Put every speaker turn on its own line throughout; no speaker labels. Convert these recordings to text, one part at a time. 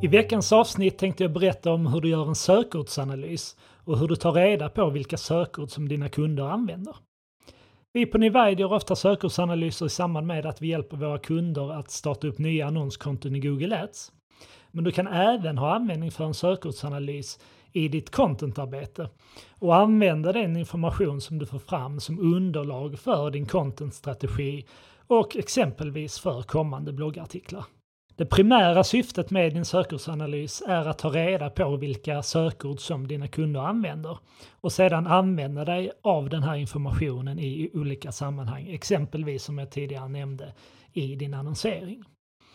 I veckans avsnitt tänkte jag berätta om hur du gör en sökordsanalys och hur du tar reda på vilka sökord som dina kunder använder. Vi på Nivide gör ofta sökordsanalyser i samband med att vi hjälper våra kunder att starta upp nya annonskonton i Google Ads. Men du kan även ha användning för en sökordsanalys i ditt contentarbete och använda den information som du får fram som underlag för din contentstrategi och exempelvis för kommande bloggartiklar. Det primära syftet med din sökordsanalys är att ta reda på vilka sökord som dina kunder använder och sedan använda dig av den här informationen i olika sammanhang, exempelvis som jag tidigare nämnde i din annonsering.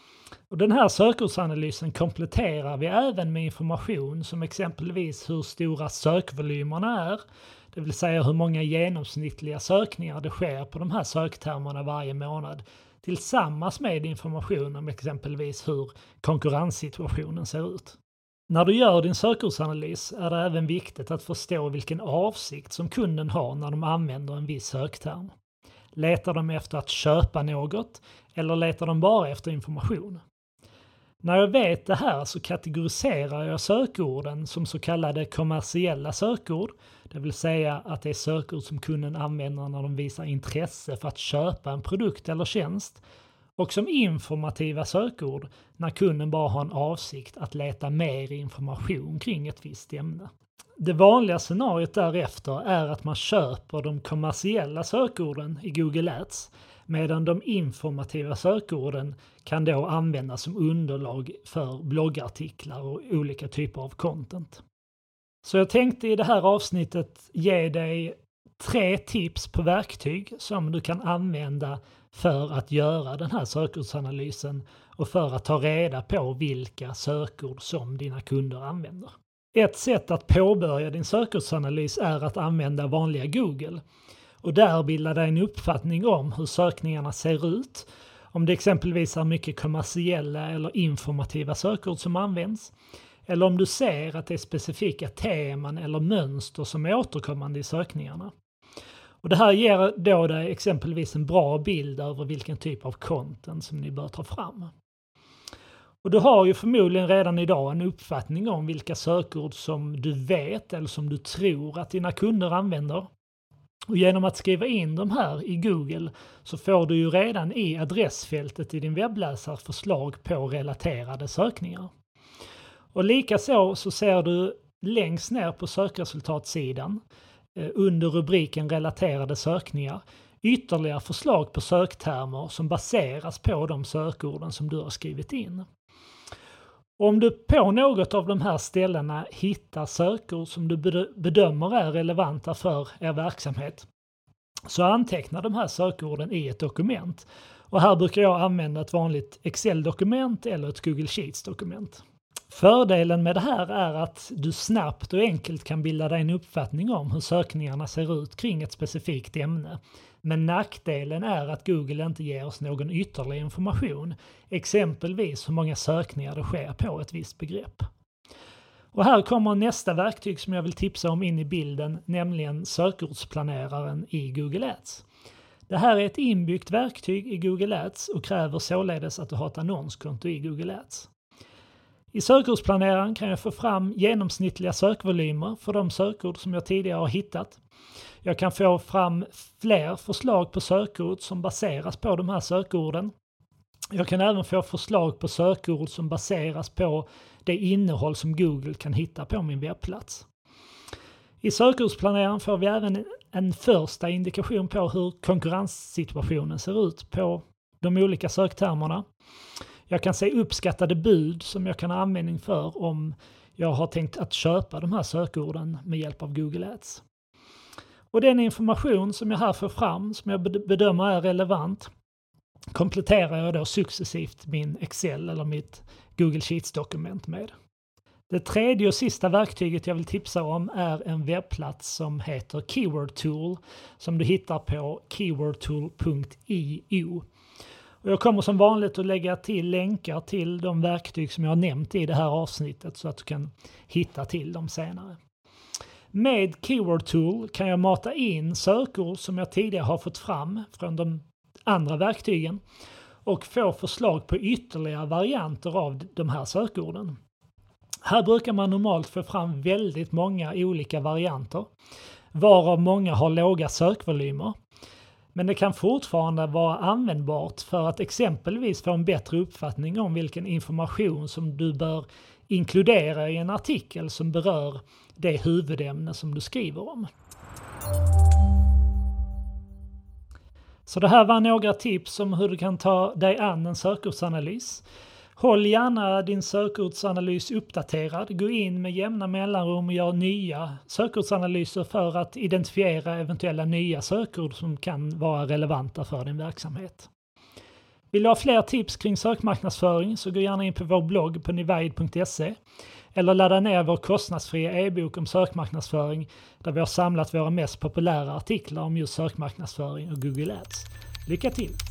Och den här sökordsanalysen kompletterar vi även med information som exempelvis hur stora sökvolymerna är, det vill säga hur många genomsnittliga sökningar det sker på de här söktermerna varje månad, tillsammans med information om exempelvis hur konkurrenssituationen ser ut. När du gör din sökordsanalys är det även viktigt att förstå vilken avsikt som kunden har när de använder en viss sökterm. Letar de efter att köpa något eller letar de bara efter information? När jag vet det här så kategoriserar jag sökorden som så kallade kommersiella sökord, det vill säga att det är sökord som kunden använder när de visar intresse för att köpa en produkt eller tjänst, och som informativa sökord när kunden bara har en avsikt att leta mer information kring ett visst ämne. Det vanliga scenariot därefter är att man köper de kommersiella sökorden i Google Ads, medan de informativa sökorden kan då användas som underlag för bloggartiklar och olika typer av content. Så jag tänkte i det här avsnittet ge dig 3 tips på verktyg som du kan använda för att göra den här sökordsanalysen och för att ta reda på vilka sökord som dina kunder använder. Ett sätt att påbörja din sökordsanalys är att använda vanliga Google och där bilda dig en uppfattning om hur sökningarna ser ut, om det exempelvis är mycket kommersiella eller informativa sökord som används, eller om du ser att det är specifika teman eller mönster som är återkommande i sökningarna. Och det här ger då dig exempelvis en bra bild över vilken typ av content som ni bör ta fram. Och du har ju förmodligen redan idag en uppfattning om vilka sökord som du vet eller som du tror att dina kunder använder. Och genom att skriva in de här i Google så får du ju redan i adressfältet i din webbläsare förslag på relaterade sökningar. Och likaså så ser du längst ner på sökresultatsidan under rubriken relaterade sökningar ytterligare förslag på söktermer som baseras på de sökorden som du har skrivit in. Om du på något av de här ställena hittar sökord som du bedömer är relevanta för er verksamhet så anteckna de här sökorden i ett dokument. Och här brukar jag använda ett vanligt Excel-dokument eller ett Google Sheets-dokument. Fördelen med det här är att du snabbt och enkelt kan bilda dig en uppfattning om hur sökningarna ser ut kring ett specifikt ämne. Men nackdelen är att Google inte ger oss någon ytterligare information, exempelvis hur många sökningar det sker på ett visst begrepp. Och här kommer nästa verktyg som jag vill tipsa om in i bilden, nämligen sökordsplaneraren i Google Ads. Det här är ett inbyggt verktyg i Google Ads och kräver således att du har ett annonskonto i Google Ads. I sökordsplaneraren kan jag få fram genomsnittliga sökvolymer för de sökord som jag tidigare har hittat. Jag kan få fram fler förslag på sökord som baseras på de här sökorden. Jag kan även få förslag på sökord som baseras på det innehåll som Google kan hitta på min webbplats. I sökordsplaneraren får vi även en första indikation på hur konkurrenssituationen ser ut på de olika söktermerna. Jag kan se uppskattade bud som jag kan ha användning för om jag har tänkt att köpa de här sökorden med hjälp av Google Ads. Och den information som jag här får fram, som jag bedömer är relevant, kompletterar jag då successivt min Excel eller mitt Google Sheets-dokument med. Det tredje och sista verktyget jag vill tipsa om är en webbplats som heter Keyword Tool som du hittar på keywordtool.io. Och jag kommer som vanligt att lägga till länkar till de verktyg som jag har nämnt i det här avsnittet så att du kan hitta till dem senare. Med Keyword Tool kan jag mata in sökord som jag tidigare har fått fram från de andra verktygen och få förslag på ytterligare varianter av de här sökorden. Här brukar man normalt få fram väldigt många olika varianter, varav många har låga sökvolymer. Men det kan fortfarande vara användbart för att exempelvis få en bättre uppfattning om vilken information som du bör inkludera i en artikel som berör det huvudämne som du skriver om. Så det här var några tips om hur du kan ta dig an en sökordsanalys. Håll gärna din sökordsanalys uppdaterad. Gå in med jämna mellanrum och gör nya sökordsanalyser för att identifiera eventuella nya sökord som kan vara relevanta för din verksamhet. Vill du ha fler tips kring sökmarknadsföring så gå gärna in på vår blogg på nivaid.se eller ladda ner vår kostnadsfria e-bok om sökmarknadsföring där vi har samlat våra mest populära artiklar om just sökmarknadsföring och Google Ads. Lycka till!